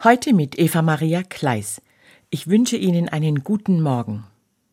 Heute mit Eva Maria Kleis. Ich wünsche Ihnen einen guten Morgen.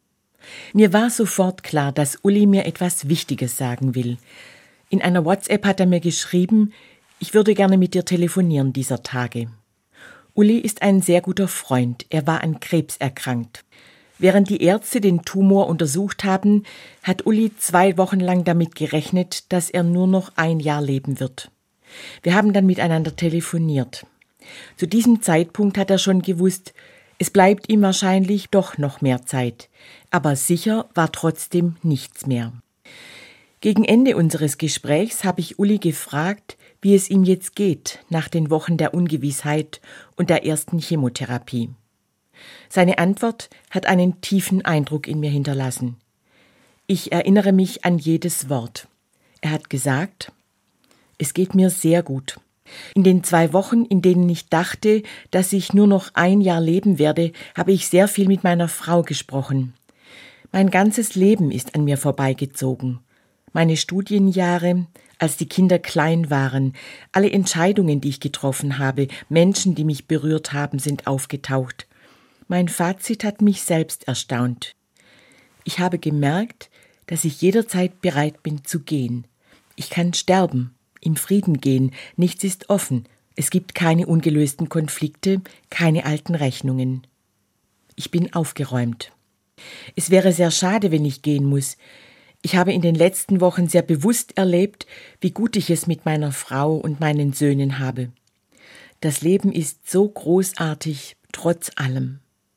Mir war sofort klar, dass Uli mir etwas Wichtiges sagen will. In einer WhatsApp hat er mir geschrieben, ich würde gerne mit dir telefonieren dieser Tage. Uli ist ein sehr guter Freund. Er war an Krebs erkrankt. Während die Ärzte den Tumor untersucht haben, hat Uli 2 Wochen lang damit gerechnet, dass er nur noch 1 Jahr leben wird. Wir haben dann miteinander telefoniert. Zu diesem Zeitpunkt hat er schon gewusst, es bleibt ihm wahrscheinlich doch noch mehr Zeit. Aber sicher war trotzdem nichts mehr. Gegen Ende unseres Gesprächs habe ich Uli gefragt, wie es ihm jetzt geht nach den Wochen der Ungewissheit und der ersten Chemotherapie. Seine Antwort hat einen tiefen Eindruck in mir hinterlassen. Ich erinnere mich an jedes Wort. Er hat gesagt, es geht mir sehr gut. In den 2 Wochen, in denen ich dachte, dass ich nur noch 1 Jahr leben werde, habe ich sehr viel mit meiner Frau gesprochen. Mein ganzes Leben ist an mir vorbeigezogen. Meine Studienjahre, als die Kinder klein waren, alle Entscheidungen, die ich getroffen habe, Menschen, die mich berührt haben, sind aufgetaucht. Mein Fazit hat mich selbst erstaunt. Ich habe gemerkt, dass ich jederzeit bereit bin zu gehen. Ich kann sterben. Im Frieden gehen, nichts ist offen, es gibt keine ungelösten Konflikte, keine alten Rechnungen. Ich bin aufgeräumt. Es wäre sehr schade, wenn ich gehen muss. Ich habe in den letzten Wochen sehr bewusst erlebt, wie gut ich es mit meiner Frau und meinen Söhnen habe. Das Leben ist so großartig, trotz allem.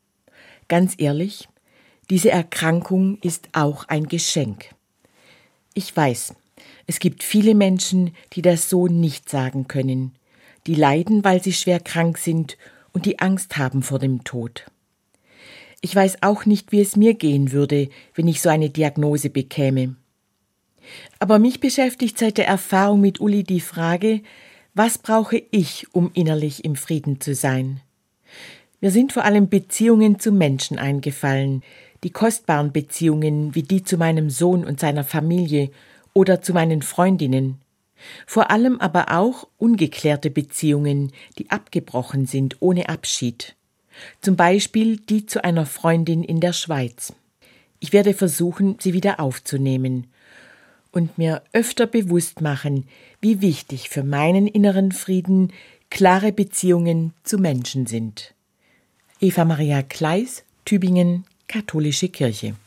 Ganz ehrlich, diese Erkrankung ist auch ein Geschenk. Ich weiß, es gibt viele Menschen, die das so nicht sagen können, die leiden, weil sie schwer krank sind und die Angst haben vor dem Tod. Ich weiß auch nicht, wie es mir gehen würde, wenn ich so eine Diagnose bekäme. Aber mich beschäftigt seit der Erfahrung mit Uli die Frage, was brauche ich, um innerlich im Frieden zu sein? Mir sind vor allem Beziehungen zu Menschen eingefallen, die kostbaren Beziehungen wie die zu meinem Sohn und seiner Familie oder zu meinen Freundinnen. Vor allem aber auch ungeklärte Beziehungen, die abgebrochen sind ohne Abschied. Zum Beispiel die zu einer Freundin in der Schweiz. Ich werde versuchen, sie wieder aufzunehmen und mir öfter bewusst machen, wie wichtig für meinen inneren Frieden klare Beziehungen zu Menschen sind. Eva Maria Kleis, Tübingen, Katholische Kirche.